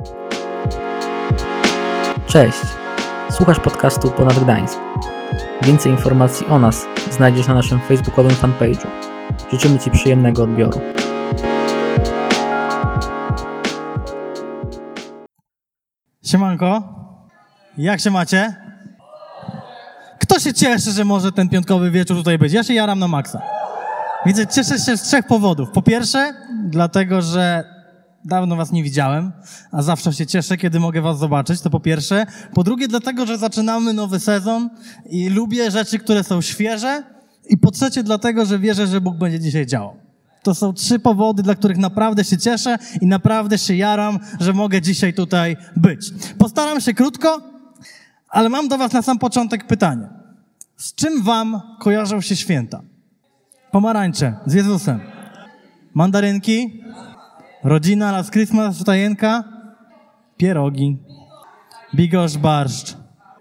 Cześć! Słuchasz podcastu Ponad Gdańsk. Więcej informacji o nas znajdziesz na naszym facebookowym fanpage'u. Życzymy Ci przyjemnego odbioru. Siemanko, jak się macie? Kto się cieszy, że może ten piątkowy wieczór tutaj być? Ja się jaram na maksa. Widzę, cieszę się z 3 powodów. Po pierwsze, dlatego, że dawno was nie widziałem, a zawsze się cieszę, kiedy mogę was zobaczyć, to po pierwsze. Po drugie, dlatego, że zaczynamy nowy sezon i lubię rzeczy, które są świeże. I po trzecie, dlatego, że wierzę, że Bóg będzie dzisiaj działał. To są 3 powody, dla których naprawdę się cieszę i naprawdę się jaram, że mogę dzisiaj tutaj być. Postaram się krótko, ale mam do was na sam początek pytanie. Z czym wam kojarzą się święta? Pomarańcze, z Jezusem. Mandarynki, rodzina, Last Christmas, wstajenka, pierogi, bigos, barszcz.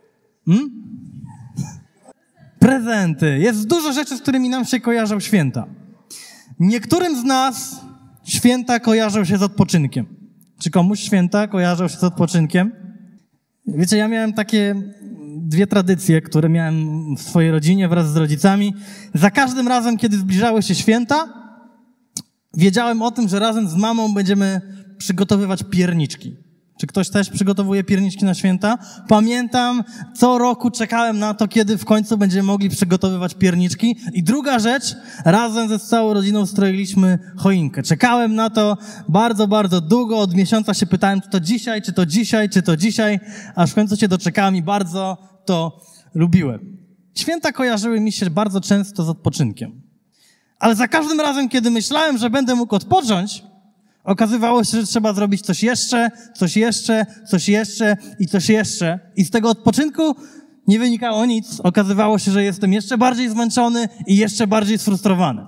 Prezenty. Jest dużo rzeczy, z którymi nam się kojarzą święta. Niektórym z nas święta kojarzą się z odpoczynkiem. Czy komuś święta kojarzą się z odpoczynkiem? Wiecie, ja miałem takie 2 tradycje, które miałem w swojej rodzinie wraz z rodzicami. Za każdym razem, kiedy zbliżały się święta, wiedziałem o tym, że razem z mamą będziemy przygotowywać pierniczki. Czy ktoś też przygotowuje pierniczki na święta? Pamiętam, co roku czekałem na to, kiedy w końcu będziemy mogli przygotowywać pierniczki. I druga rzecz, razem ze całą rodziną stroiliśmy choinkę. Czekałem na to bardzo, bardzo długo. Od miesiąca się pytałem, czy to dzisiaj, czy to dzisiaj, czy to dzisiaj. Aż w końcu się doczekałem i bardzo to lubiłem. Święta kojarzyły mi się bardzo często z odpoczynkiem. Ale za każdym razem, kiedy myślałem, że będę mógł odpocząć, okazywało się, że trzeba zrobić coś jeszcze, coś jeszcze, coś jeszcze i coś jeszcze. I z tego odpoczynku nie wynikało nic. Okazywało się, że jestem jeszcze bardziej zmęczony i jeszcze bardziej sfrustrowany.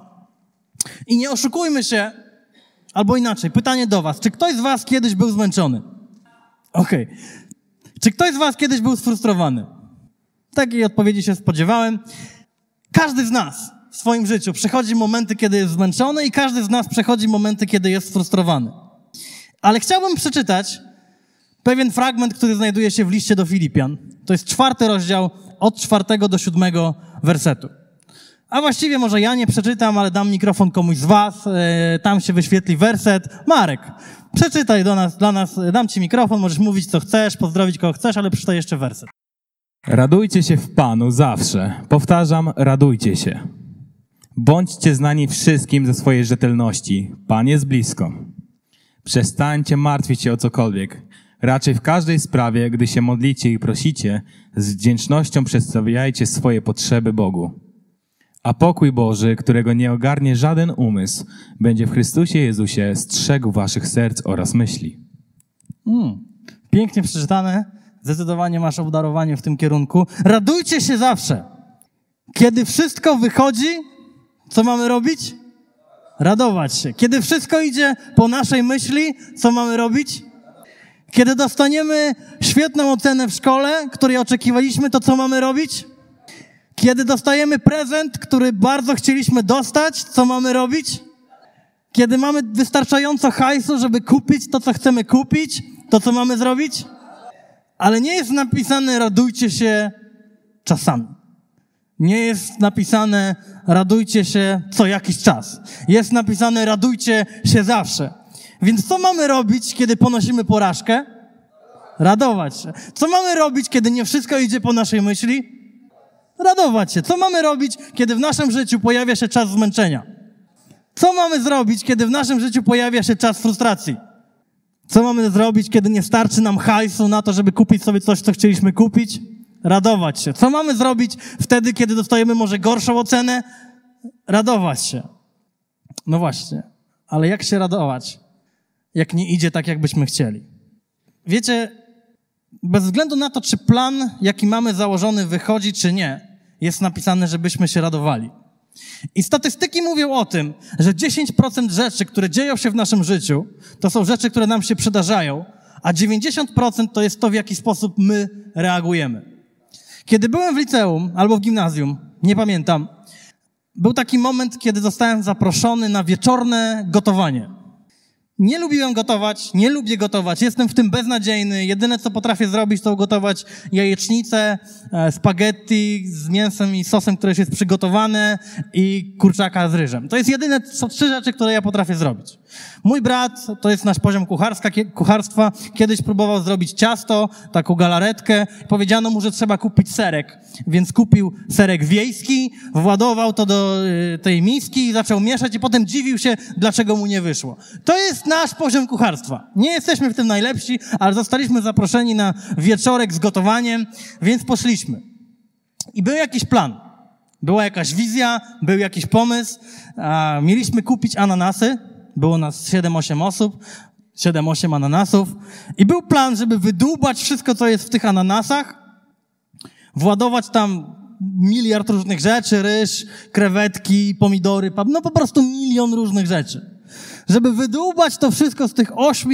I nie oszukujmy się, albo inaczej, pytanie do was. Czy ktoś z was kiedyś był zmęczony? Okej. Czy ktoś z was kiedyś był sfrustrowany? Takiej odpowiedzi się spodziewałem. Każdy z nas w swoim życiu przechodzi momenty, kiedy jest zmęczony i każdy z nas przechodzi momenty, kiedy jest sfrustrowany. Ale chciałbym przeczytać pewien fragment, który znajduje się w liście do Filipian. To jest 4 rozdział od 4 do 7 wersetu. A właściwie może ja nie przeczytam, ale dam mikrofon komuś z was, tam się wyświetli werset. Marek, przeczytaj dla nas, dam ci mikrofon, możesz mówić co chcesz, pozdrowić kogo chcesz, ale przeczytaj jeszcze werset. Radujcie się w Panu zawsze. Powtarzam, radujcie się. Bądźcie znani wszystkim ze swojej rzetelności. Pan jest blisko. Przestańcie martwić się o cokolwiek. Raczej w każdej sprawie, gdy się modlicie i prosicie, z wdzięcznością przedstawiajcie swoje potrzeby Bogu. A pokój Boży, którego nie ogarnie żaden umysł, będzie w Chrystusie Jezusie strzegł waszych serc oraz myśli. Pięknie przeczytane. Zdecydowanie masz obdarowanie w tym kierunku. Radujcie się zawsze. Kiedy wszystko wychodzi, co mamy robić? Radować się. Kiedy wszystko idzie po naszej myśli, co mamy robić? Kiedy dostaniemy świetną ocenę w szkole, której oczekiwaliśmy, to co mamy robić? Kiedy dostajemy prezent, który bardzo chcieliśmy dostać, co mamy robić? Kiedy mamy wystarczająco hajsu, żeby kupić to, co chcemy kupić, to co mamy zrobić? Ale nie jest napisane radujcie się czasami. Nie jest napisane radujcie się co jakiś czas. Jest napisane radujcie się zawsze. Więc co mamy robić, kiedy ponosimy porażkę? Radować się. Co mamy robić, kiedy nie wszystko idzie po naszej myśli? Radować się. Co mamy robić, kiedy w naszym życiu pojawia się czas zmęczenia? Co mamy zrobić, kiedy w naszym życiu pojawia się czas frustracji? Co mamy zrobić, kiedy nie starczy nam hajsu na to, żeby kupić sobie coś, co chcieliśmy kupić? Radować się. Co mamy zrobić wtedy, kiedy dostajemy może gorszą ocenę? Radować się. No właśnie. Ale jak się radować, jak nie idzie tak, jakbyśmy chcieli? Wiecie, bez względu na to, czy plan, jaki mamy założony, wychodzi, czy nie, jest napisane, żebyśmy się radowali. I statystyki mówią o tym, że 10% rzeczy, które dzieją się w naszym życiu, to są rzeczy, które nam się przydarzają, a 90% to jest to, w jaki sposób my reagujemy. Kiedy byłem w liceum albo w gimnazjum, nie pamiętam, był taki moment, kiedy zostałem zaproszony na wieczorne gotowanie. Nie lubiłem gotować, nie lubię gotować, jestem w tym beznadziejny. Jedyne, co potrafię zrobić, to ugotować jajecznicę, spaghetti z mięsem i sosem, które już jest przygotowane i kurczaka z ryżem. To jest jedyne, 3 rzeczy, które ja potrafię zrobić. Mój brat, to jest nasz poziom kucharstwa, kiedyś próbował zrobić ciasto, taką galaretkę. Powiedziano mu, że trzeba kupić serek, więc kupił serek wiejski, władował to do tej miski, zaczął mieszać i potem dziwił się, dlaczego mu nie wyszło. To jest nasz poziom kucharstwa. Nie jesteśmy w tym najlepsi, ale zostaliśmy zaproszeni na wieczorek z gotowaniem, więc poszliśmy. I był jakiś plan, była jakaś wizja, był jakiś pomysł. Mieliśmy kupić ananasy. Było nas 7-8 osób, 7-8 ananasów i był plan, żeby wydłubać wszystko, co jest w tych ananasach, władować tam miliard różnych rzeczy, ryż, krewetki, pomidory, no po prostu milion różnych rzeczy. Żeby wydłubać to wszystko z tych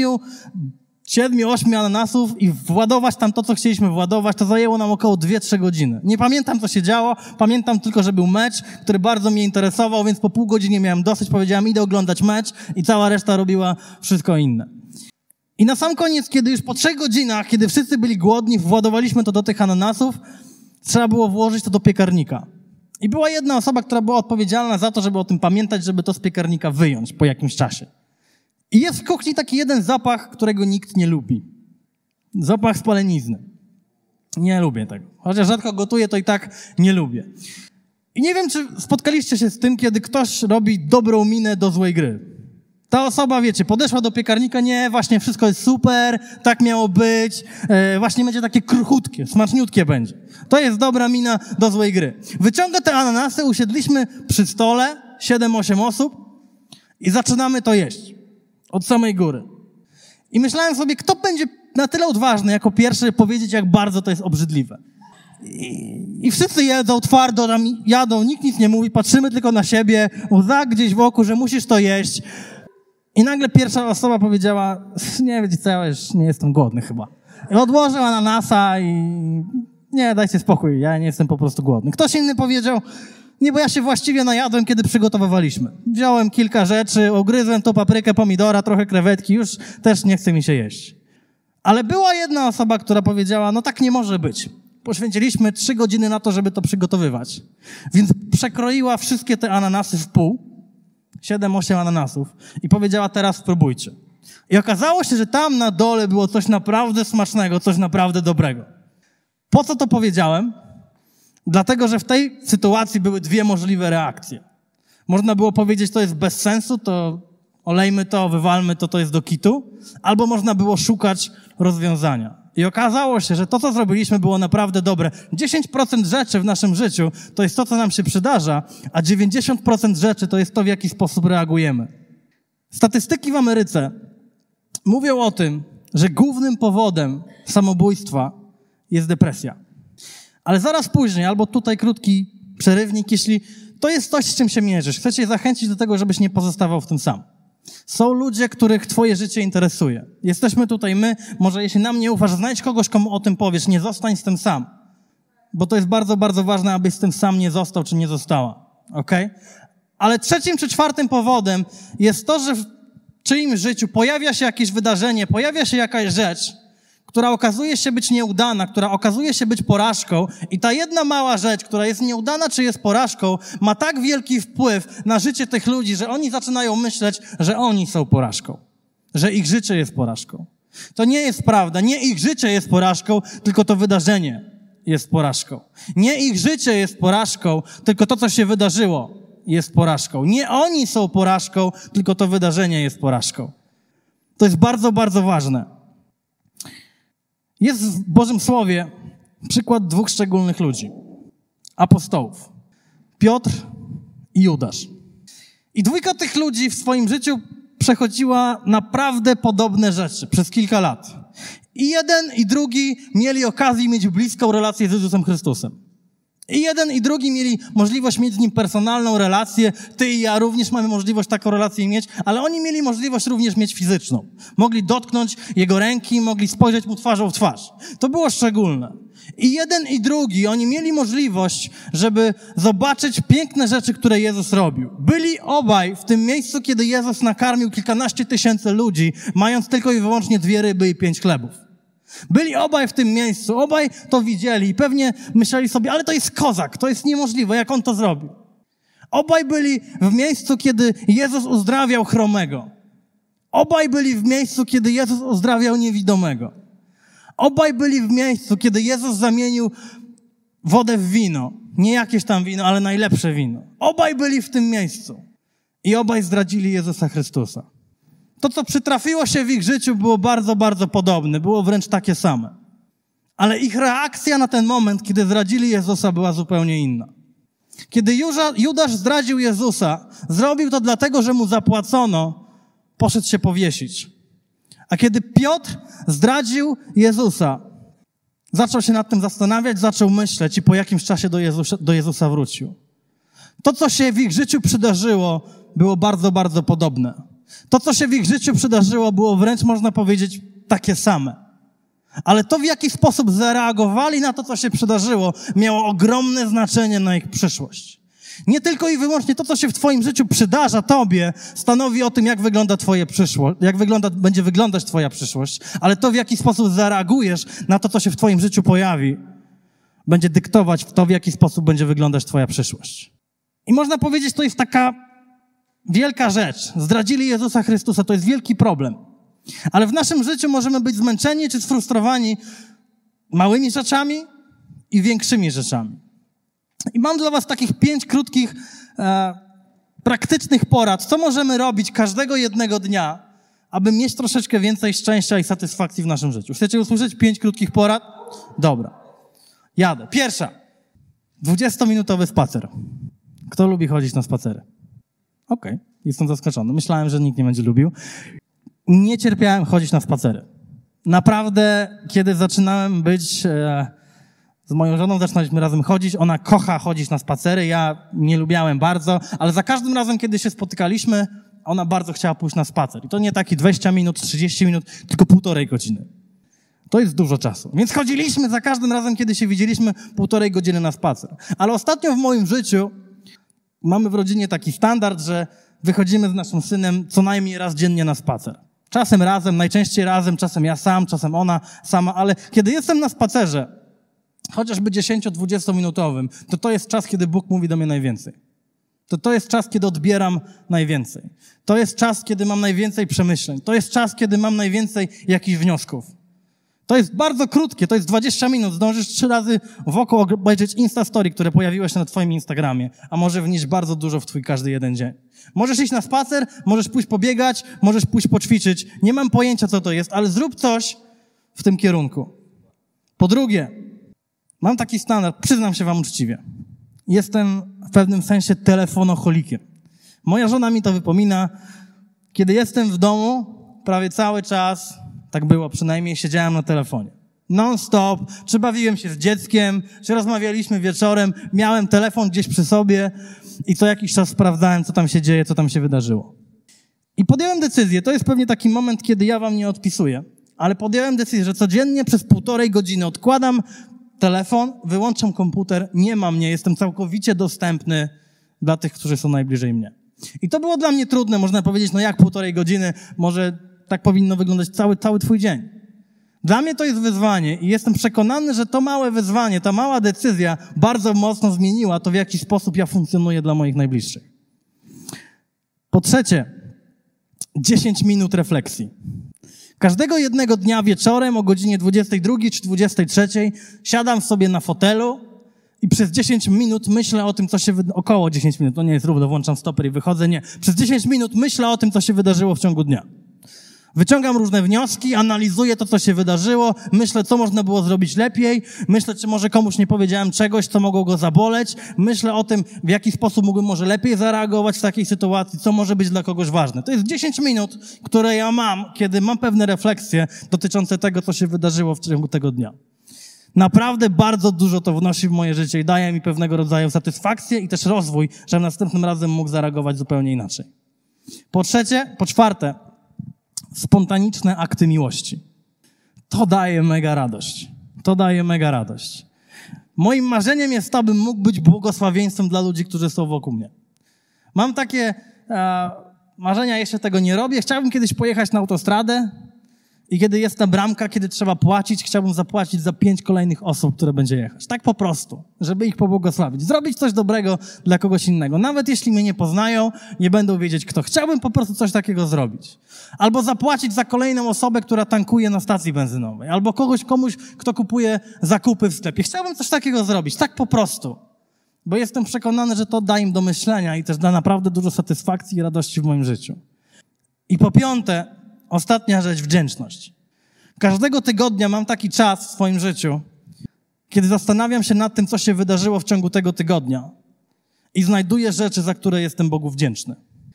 7-8 ananasów i władować tam to, co chcieliśmy władować, to zajęło nam około 2-3 godziny. Nie pamiętam, co się działo, pamiętam tylko, że był mecz, który bardzo mnie interesował, więc po pół godziny miałem dosyć, powiedziałem, idę oglądać mecz i cała reszta robiła wszystko inne. I na sam koniec, kiedy już po 3 godzinach, kiedy wszyscy byli głodni, władowaliśmy to do tych ananasów, trzeba było włożyć to do piekarnika. I była jedna osoba, która była odpowiedzialna za to, żeby o tym pamiętać, żeby to z piekarnika wyjąć po jakimś czasie. I jest w kuchni taki jeden zapach, którego nikt nie lubi. Zapach spalenizny. Nie lubię tego. Chociaż rzadko gotuję, to i tak nie lubię. I nie wiem, czy spotkaliście się z tym, kiedy ktoś robi dobrą minę do złej gry. Ta osoba, wiecie, podeszła do piekarnika, nie, właśnie wszystko jest super, tak miało być, właśnie będzie takie kruchutkie, smaczniutkie będzie. To jest dobra mina do złej gry. Wyciąga te ananasy, usiedliśmy przy stole, 7-8 osób i zaczynamy to jeść. Od samej góry. I myślałem sobie, kto będzie na tyle odważny jako pierwszy powiedzieć, jak bardzo to jest obrzydliwe. I wszyscy jedzą twardo, tam jadą, nikt nic nie mówi, patrzymy tylko na siebie, łza gdzieś wokół, że musisz to jeść. I nagle pierwsza osoba powiedziała, nie wiecie co, ja już nie jestem głodny chyba. I odłożył ananasa i nie, dajcie spokój, ja nie jestem po prostu głodny. Ktoś inny powiedział, nie, bo ja się właściwie najadłem, kiedy przygotowywaliśmy. Wziąłem kilka rzeczy, ogryzłem tą paprykę, pomidora, trochę krewetki, już też nie chce mi się jeść. Ale była jedna osoba, która powiedziała, no tak nie może być. Poświęciliśmy 3 godziny na to, żeby to przygotowywać. Więc przekroiła wszystkie te ananasy w pół, 7-8 ananasów i powiedziała, teraz spróbujcie. I okazało się, że tam na dole było coś naprawdę smacznego, coś naprawdę dobrego. Po co to powiedziałem? Dlatego, że w tej sytuacji były 2 możliwe reakcje. Można było powiedzieć, to jest bez sensu, to olejmy to, wywalmy to, to jest do kitu. Albo można było szukać rozwiązania. I okazało się, że to, co zrobiliśmy, było naprawdę dobre. 10% rzeczy w naszym życiu to jest to, co nam się przydarza, a 90% rzeczy to jest to, w jaki sposób reagujemy. Statystyki w Ameryce mówią o tym, że głównym powodem samobójstwa jest depresja. Ale zaraz później, albo tutaj krótki przerywnik, jeśli to jest coś, z czym się mierzysz, chcę cię zachęcić do tego, żebyś nie pozostawał w tym sam. Są ludzie, których twoje życie interesuje. Jesteśmy tutaj my, może jeśli nam nie ufasz, znajdź kogoś, komu o tym powiesz, nie zostań z tym sam. Bo to jest bardzo, bardzo ważne, abyś z tym sam nie został, czy nie została. Okay? Ale 3. czy 4. powodem jest to, że w czyimś życiu pojawia się jakieś wydarzenie, pojawia się jakaś rzecz, która okazuje się być nieudana, która okazuje się być porażką i ta jedna mała rzecz, która jest nieudana czy jest porażką, ma tak wielki wpływ na życie tych ludzi, że oni zaczynają myśleć, że oni są porażką, że ich życie jest porażką. To nie jest prawda, nie ich życie jest porażką, tylko to wydarzenie jest porażką. Nie ich życie jest porażką, tylko to, co się wydarzyło, jest porażką. Nie oni są porażką, tylko to wydarzenie jest porażką. To jest bardzo, bardzo ważne. Jest w Bożym Słowie przykład 2 szczególnych ludzi. Apostołów. Piotr i Judasz. I 2 tych ludzi w swoim życiu przechodziła naprawdę podobne rzeczy przez kilka lat. I jeden i drugi mieli okazję mieć bliską relację z Jezusem Chrystusem. I jeden i drugi mieli możliwość mieć z nim personalną relację. Ty i ja również mamy możliwość taką relację mieć, ale oni mieli możliwość również mieć fizyczną. Mogli dotknąć jego ręki, mogli spojrzeć mu twarzą w twarz. To było szczególne. I jeden i drugi, oni mieli możliwość, żeby zobaczyć piękne rzeczy, które Jezus robił. Byli obaj w tym miejscu, kiedy Jezus nakarmił kilkanaście tysięcy ludzi, mając tylko i wyłącznie 2 ryby i 5 chlebów. Byli obaj w tym miejscu, obaj to widzieli i pewnie myśleli sobie, ale to jest kozak, to jest niemożliwe, jak on to zrobił. Obaj byli w miejscu, kiedy Jezus uzdrawiał chromego. Obaj byli w miejscu, kiedy Jezus uzdrawiał niewidomego. Obaj byli w miejscu, kiedy Jezus zamienił wodę w wino. Nie jakieś tam wino, ale najlepsze wino. Obaj byli w tym miejscu. I obaj zdradzili Jezusa Chrystusa. To, co przytrafiło się w ich życiu, było bardzo, bardzo podobne. Było wręcz takie same. Ale ich reakcja na ten moment, kiedy zdradzili Jezusa, była zupełnie inna. Kiedy Judasz zdradził Jezusa, zrobił to dlatego, że mu zapłacono, poszedł się powiesić. A kiedy Piotr zdradził Jezusa, zaczął się nad tym zastanawiać, zaczął myśleć i po jakimś czasie do Jezusa wrócił. To, co się w ich życiu przydarzyło, było bardzo, bardzo podobne. To, co się w ich życiu przydarzyło, było wręcz, można powiedzieć, takie same. Ale to, w jaki sposób zareagowali na to, co się przydarzyło, miało ogromne znaczenie na ich przyszłość. Nie tylko i wyłącznie to, co się w twoim życiu przydarza tobie, stanowi o tym, jak wygląda twoja przyszłość, będzie wyglądać twoja przyszłość, ale to, w jaki sposób zareagujesz na to, co się w twoim życiu pojawi, będzie dyktować to, w jaki sposób będzie wyglądać twoja przyszłość. I można powiedzieć, to jest taka wielka rzecz. Zdradzili Jezusa Chrystusa, to jest wielki problem. Ale w naszym życiu możemy być zmęczeni czy sfrustrowani małymi rzeczami i większymi rzeczami. I mam dla was takich 5 krótkich, praktycznych porad, co możemy robić każdego jednego dnia, aby mieć troszeczkę więcej szczęścia i satysfakcji w naszym życiu. Chcecie usłyszeć 5 krótkich porad? Dobra. Jadę. Pierwsza. 20-minutowy spacer. Kto lubi chodzić na spacery? Okej, jestem zaskoczony. Myślałem, że nikt nie będzie lubił. Nie cierpiałem chodzić na spacery. Naprawdę, kiedy zaczynałem być z moją żoną, zaczynaliśmy razem chodzić. Ona kocha chodzić na spacery, ja nie lubiałem bardzo, ale za każdym razem, kiedy się spotykaliśmy, ona bardzo chciała pójść na spacer. I to nie taki 20 minut, 30 minut, tylko 1,5 godziny. To jest dużo czasu. Więc chodziliśmy za każdym razem, kiedy się widzieliśmy, 1,5 godziny na spacer. Ale ostatnio w moim życiu mamy w rodzinie taki standard, że wychodzimy z naszym synem co najmniej raz dziennie na spacer. Czasem razem, najczęściej razem, czasem ja sam, czasem ona sama, ale kiedy jestem na spacerze, chociażby 10-20 minutowym, to jest czas, kiedy Bóg mówi do mnie najwięcej. To jest czas, kiedy odbieram najwięcej. To jest czas, kiedy mam najwięcej przemyśleń. To jest czas, kiedy mam najwięcej jakichś wniosków. To jest bardzo krótkie, to jest 20 minut. Zdążysz 3 razy wokół obejrzeć Instastory, które pojawiło się na twoim Instagramie, a może wnieść bardzo dużo w twój każdy jeden dzień. Możesz iść na spacer, możesz pójść pobiegać, możesz pójść poćwiczyć. Nie mam pojęcia, co to jest, ale zrób coś w tym kierunku. Po drugie, mam taki standard, przyznam się wam uczciwie. Jestem w pewnym sensie telefonoholikiem. Moja żona mi to wypomina. Kiedy jestem w domu, prawie cały czas, tak było przynajmniej, siedziałem na telefonie. Non-stop, czy bawiłem się z dzieckiem, czy rozmawialiśmy wieczorem, miałem telefon gdzieś przy sobie i co jakiś czas sprawdzałem, co tam się dzieje, co tam się wydarzyło. I podjąłem decyzję, to jest pewnie taki moment, kiedy ja wam nie odpisuję, ale podjąłem decyzję, że codziennie przez 1,5 godziny odkładam telefon, wyłączam komputer, nie ma mnie, jestem całkowicie dostępny dla tych, którzy są najbliżej mnie. I to było dla mnie trudne, można powiedzieć, no jak 1,5 godziny, może tak powinno wyglądać cały twój dzień. Dla mnie to jest wyzwanie i jestem przekonany, że to małe wyzwanie, ta mała decyzja bardzo mocno zmieniła to, w jaki sposób ja funkcjonuję dla moich najbliższych. Po trzecie, 10 minut refleksji. Każdego jednego dnia wieczorem o godzinie 22 czy 23 siadam sobie na fotelu i przez 10 minut myślę o tym, co się około 10 minut, to nie jest równo, włączam stoper i wychodzę, nie. Przez 10 minut myślę o tym, co się wydarzyło w ciągu dnia. Wyciągam różne wnioski, analizuję to, co się wydarzyło, myślę, co można było zrobić lepiej, myślę, czy może komuś nie powiedziałem czegoś, co mogło go zaboleć, myślę o tym, w jaki sposób mógłbym może lepiej zareagować w takiej sytuacji, co może być dla kogoś ważne. To jest 10 minut, które ja mam, kiedy mam pewne refleksje dotyczące tego, co się wydarzyło w ciągu tego dnia. Naprawdę bardzo dużo to wnosi w moje życie i daje mi pewnego rodzaju satysfakcję i też rozwój, żebym następnym razem mógł zareagować zupełnie inaczej. Po czwarte, spontaniczne akty miłości. To daje mega radość. To daje mega radość. Moim marzeniem jest to, abym mógł być błogosławieństwem dla ludzi, którzy są wokół mnie. Mam takie marzenia, jeszcze tego nie robię. Chciałbym kiedyś pojechać na autostradę i kiedy jest ta bramka, kiedy trzeba płacić, chciałbym zapłacić za 5 kolejnych osób, które będzie jechać. Tak po prostu, żeby ich pobłogosławić. Zrobić coś dobrego dla kogoś innego. Nawet jeśli mnie nie poznają, nie będą wiedzieć kto. Chciałbym po prostu coś takiego zrobić. Albo zapłacić za kolejną osobę, która tankuje na stacji benzynowej. Albo komuś, kto kupuje zakupy w sklepie. Chciałbym coś takiego zrobić. Tak po prostu. Bo jestem przekonany, że to da im do myślenia i też da naprawdę dużo satysfakcji i radości w moim życiu. I po piąte, ostatnia rzecz, wdzięczność. Każdego tygodnia mam taki czas w swoim życiu, kiedy zastanawiam się nad tym, co się wydarzyło w ciągu tego tygodnia i znajduję rzeczy, za które jestem Bogu wdzięczny.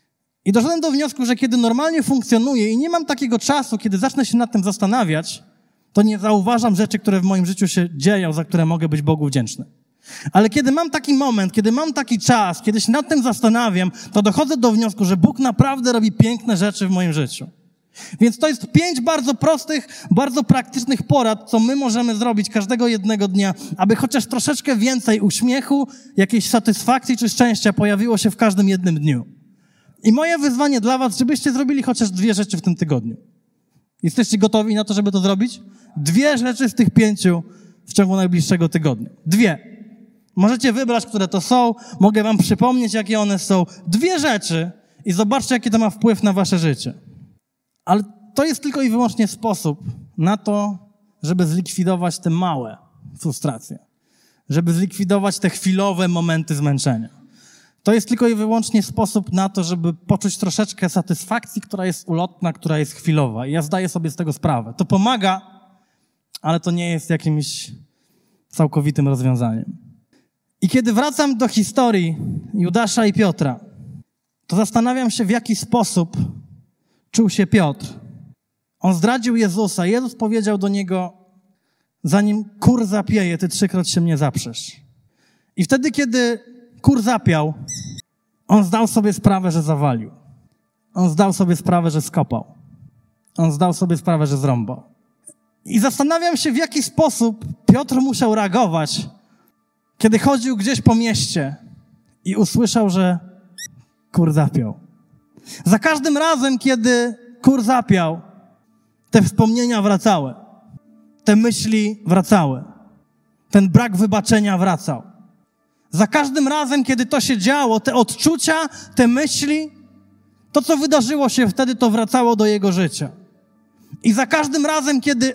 I doszedłem do wniosku, że kiedy normalnie funkcjonuję i nie mam takiego czasu, kiedy zacznę się nad tym zastanawiać, to nie zauważam rzeczy, które w moim życiu się dzieją, za które mogę być Bogu wdzięczny. Ale kiedy mam taki moment, kiedy mam taki czas, kiedy się nad tym zastanawiam, to dochodzę do wniosku, że Bóg naprawdę robi piękne rzeczy w moim życiu. Więc to jest 5 bardzo prostych, bardzo praktycznych porad, co my możemy zrobić każdego jednego dnia, aby chociaż troszeczkę więcej uśmiechu, jakiejś satysfakcji czy szczęścia pojawiło się w każdym jednym dniu. I moje wyzwanie dla was, żebyście zrobili chociaż 2 rzeczy w tym tygodniu. Jesteście gotowi na to, żeby to zrobić? 2 rzeczy z tych 5 w ciągu najbliższego tygodnia. 2. Możecie wybrać, które to są. Mogę wam przypomnieć, jakie one są. 2 rzeczy i zobaczcie, jaki to ma wpływ na wasze życie. Ale to jest tylko i wyłącznie sposób na to, żeby zlikwidować te małe frustracje. Żeby zlikwidować te chwilowe momenty zmęczenia. To jest tylko i wyłącznie sposób na to, żeby poczuć troszeczkę satysfakcji, która jest ulotna, która jest chwilowa. I ja zdaję sobie z tego sprawę. To pomaga, ale to nie jest jakimś całkowitym rozwiązaniem. I kiedy wracam do historii Judasza i Piotra, to zastanawiam się, w jaki sposób czuł się Piotr. On zdradził Jezusa. Jezus powiedział do niego, zanim kur zapieje, ty 3-krotnie się mnie zaprzesz. I wtedy, kiedy kur zapiał, on zdał sobie sprawę, że zawalił. On zdał sobie sprawę, że skopał. On zdał sobie sprawę, że zrąbał. I zastanawiam się, w jaki sposób Piotr musiał reagować, kiedy chodził gdzieś po mieście i usłyszał, że kur zapiał. Za każdym razem, kiedy kur zapiał, te wspomnienia wracały. Te myśli wracały. Ten brak wybaczenia wracał. Za każdym razem, kiedy to się działo, te odczucia, te myśli, to, co wydarzyło się wtedy, to wracało do jego życia. I za każdym razem, kiedy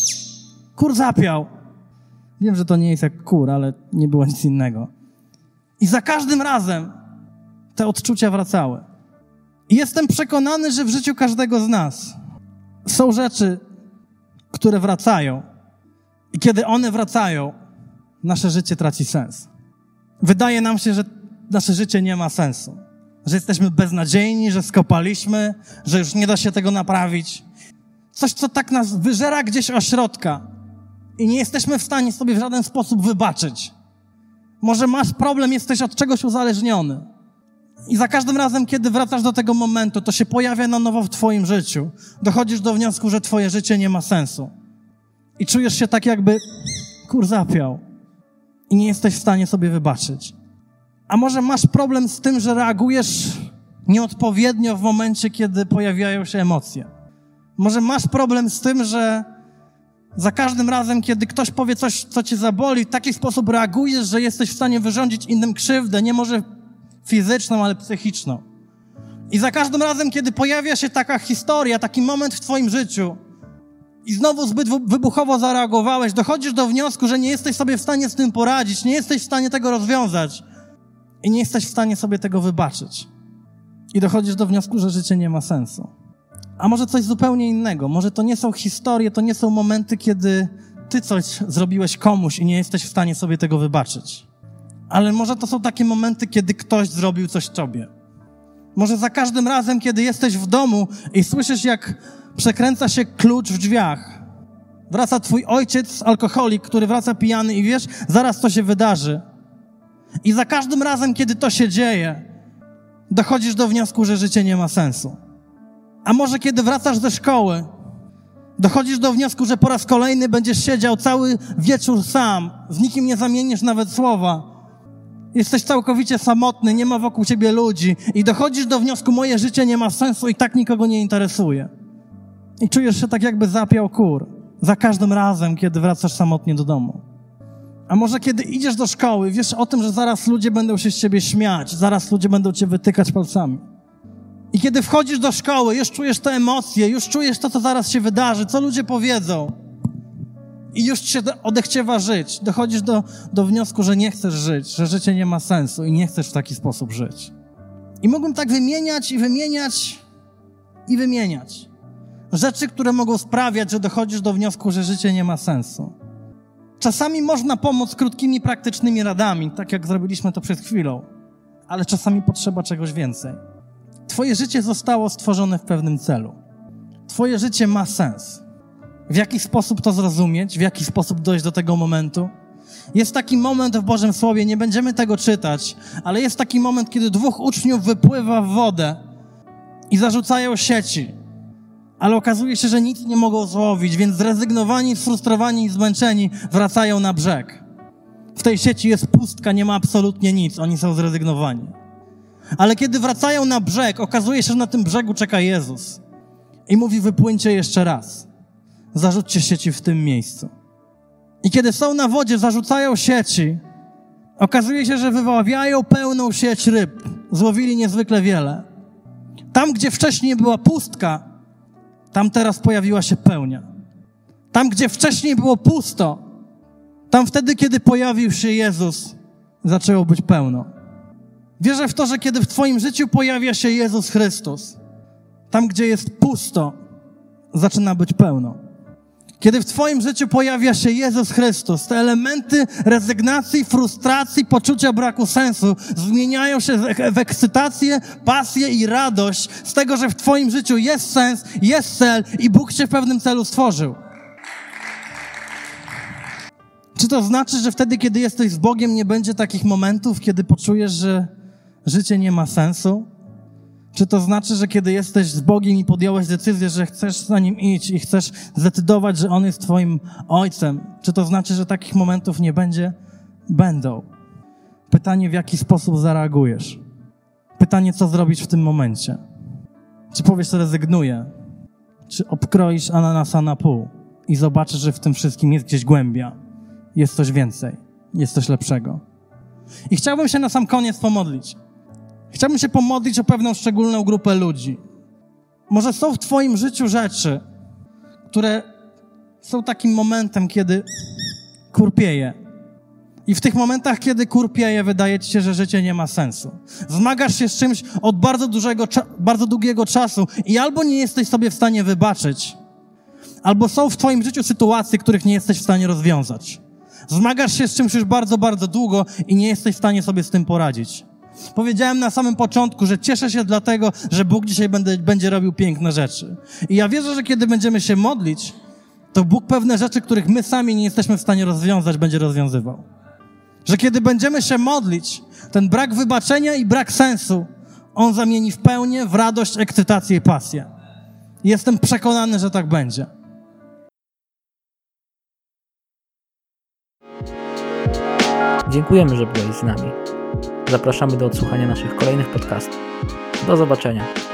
kur zapiał, wiem, że to nie jest jak kur, ale nie było nic innego. I za każdym razem te odczucia wracały. I jestem przekonany, że w życiu każdego z nas są rzeczy, które wracają. I kiedy one wracają, nasze życie traci sens. Wydaje nam się, że nasze życie nie ma sensu. Że jesteśmy beznadziejni, że skopaliśmy, że już nie da się tego naprawić. Coś, co tak nas wyżera gdzieś ośrodka i nie jesteśmy w stanie sobie w żaden sposób wybaczyć. Może masz problem, jesteś od czegoś uzależniony. I za każdym razem, kiedy wracasz do tego momentu, to się pojawia na nowo w twoim życiu. Dochodzisz do wniosku, że twoje życie nie ma sensu. I czujesz się tak, jakby kur zapiał. I nie jesteś w stanie sobie wybaczyć. A może masz problem z tym, że reagujesz nieodpowiednio w momencie, kiedy pojawiają się emocje. Może masz problem z tym, że za każdym razem, kiedy ktoś powie coś, co cię zaboli, w taki sposób reagujesz, że jesteś w stanie wyrządzić innym krzywdę, nie może fizyczną, ale psychiczną. I za każdym razem, kiedy pojawia się taka historia, taki moment w twoim życiu i znowu zbyt wybuchowo zareagowałeś, dochodzisz do wniosku, że nie jesteś sobie w stanie z tym poradzić, nie jesteś w stanie tego rozwiązać i nie jesteś w stanie sobie tego wybaczyć. I dochodzisz do wniosku, że życie nie ma sensu. A może coś zupełnie innego. Może to nie są historie, to nie są momenty, kiedy ty coś zrobiłeś komuś i nie jesteś w stanie sobie tego wybaczyć. Ale może to są takie momenty, kiedy ktoś zrobił coś tobie. Może za każdym razem, kiedy jesteś w domu i słyszysz, jak przekręca się klucz w drzwiach, wraca twój ojciec, alkoholik, który wraca pijany i wiesz, zaraz to się wydarzy. I za każdym razem, kiedy to się dzieje, dochodzisz do wniosku, że życie nie ma sensu. A może kiedy wracasz ze szkoły, dochodzisz do wniosku, że po raz kolejny będziesz siedział cały wieczór sam, z nikim nie zamienisz nawet słowa. Jesteś całkowicie samotny, nie ma wokół ciebie ludzi i dochodzisz do wniosku, moje życie nie ma sensu i tak nikogo nie interesuje. I czujesz się tak jakby zapiał kur za każdym razem, kiedy wracasz samotnie do domu. A może kiedy idziesz do szkoły, wiesz o tym, że zaraz ludzie będą się z ciebie śmiać, zaraz ludzie będą cię wytykać palcami. I kiedy wchodzisz do szkoły, już czujesz te emocje, już czujesz to, co zaraz się wydarzy, co ludzie powiedzą. I już ci się odechciewa żyć. Dochodzisz do wniosku, że nie chcesz żyć, że życie nie ma sensu i nie chcesz w taki sposób żyć. I mógłbym tak wymieniać rzeczy, które mogą sprawiać, że dochodzisz do wniosku, że życie nie ma sensu. Czasami można pomóc krótkimi, praktycznymi radami, tak jak zrobiliśmy to przed chwilą, ale czasami potrzeba czegoś więcej. Twoje życie zostało stworzone w pewnym celu. Twoje życie ma sens. W jaki sposób to zrozumieć? W jaki sposób dojść do tego momentu? Jest taki moment w Bożym Słowie, nie będziemy tego czytać, ale jest taki moment, kiedy 2 uczniów wypływa w wodę i zarzucają sieci. Ale okazuje się, że nic nie mogą złowić, więc zrezygnowani, sfrustrowani i zmęczeni wracają na brzeg. W tej sieci jest pustka, nie ma absolutnie nic, oni są zrezygnowani. Ale kiedy wracają na brzeg, okazuje się, że na tym brzegu czeka Jezus i mówi, wypłyńcie jeszcze raz, zarzućcie sieci w tym miejscu. I kiedy są na wodzie, zarzucają sieci, okazuje się, że wyławiają pełną sieć ryb, złowili niezwykle wiele. Tam, gdzie wcześniej była pustka, tam teraz pojawiła się pełnia. Tam, gdzie wcześniej było pusto, tam wtedy, kiedy pojawił się Jezus, zaczęło być pełno. Wierzę w to, że kiedy w twoim życiu pojawia się Jezus Chrystus, tam, gdzie jest pusto, zaczyna być pełno. Kiedy w twoim życiu pojawia się Jezus Chrystus, te elementy rezygnacji, frustracji, poczucia braku sensu zmieniają się w ekscytację, pasję i radość z tego, że w twoim życiu jest sens, jest cel i Bóg cię w pewnym celu stworzył. Czy to znaczy, że wtedy, kiedy jesteś z Bogiem, nie będzie takich momentów, kiedy poczujesz, że życie nie ma sensu? Czy to znaczy, że kiedy jesteś z Bogiem i podjąłeś decyzję, że chcesz za Nim iść i chcesz zdecydować, że On jest twoim Ojcem? Czy to znaczy, że takich momentów nie będzie? Będą. Pytanie, w jaki sposób zareagujesz? Pytanie, co zrobisz w tym momencie? Czy powiesz, że rezygnuję? Czy obkroisz ananasa na pół i zobaczysz, że w tym wszystkim jest gdzieś głębia? Jest coś więcej. Jest coś lepszego. I chciałbym się na sam koniec pomodlić. Chciałbym się pomodlić o pewną szczególną grupę ludzi. Może są w twoim życiu rzeczy, które są takim momentem, kiedy kurpieje. I w tych momentach, kiedy kurpieje, wydaje ci się, że życie nie ma sensu. Zmagasz się z czymś od bardzo długiego czasu i albo nie jesteś sobie w stanie wybaczyć, albo są w twoim życiu sytuacje, których nie jesteś w stanie rozwiązać. Zmagasz się z czymś już bardzo, bardzo długo i nie jesteś w stanie sobie z tym poradzić. Powiedziałem na samym początku, że cieszę się dlatego, że Bóg dzisiaj będzie robił piękne rzeczy. I ja wierzę, że kiedy będziemy się modlić, to Bóg pewne rzeczy, których my sami nie jesteśmy w stanie rozwiązać, będzie rozwiązywał. Że kiedy będziemy się modlić, ten brak wybaczenia i brak sensu, On zamieni w pełnię, w radość, ekscytację i pasję. I jestem przekonany, że tak będzie. Dziękujemy, że byłeś z nami. Zapraszamy do odsłuchania naszych kolejnych podcastów. Do zobaczenia.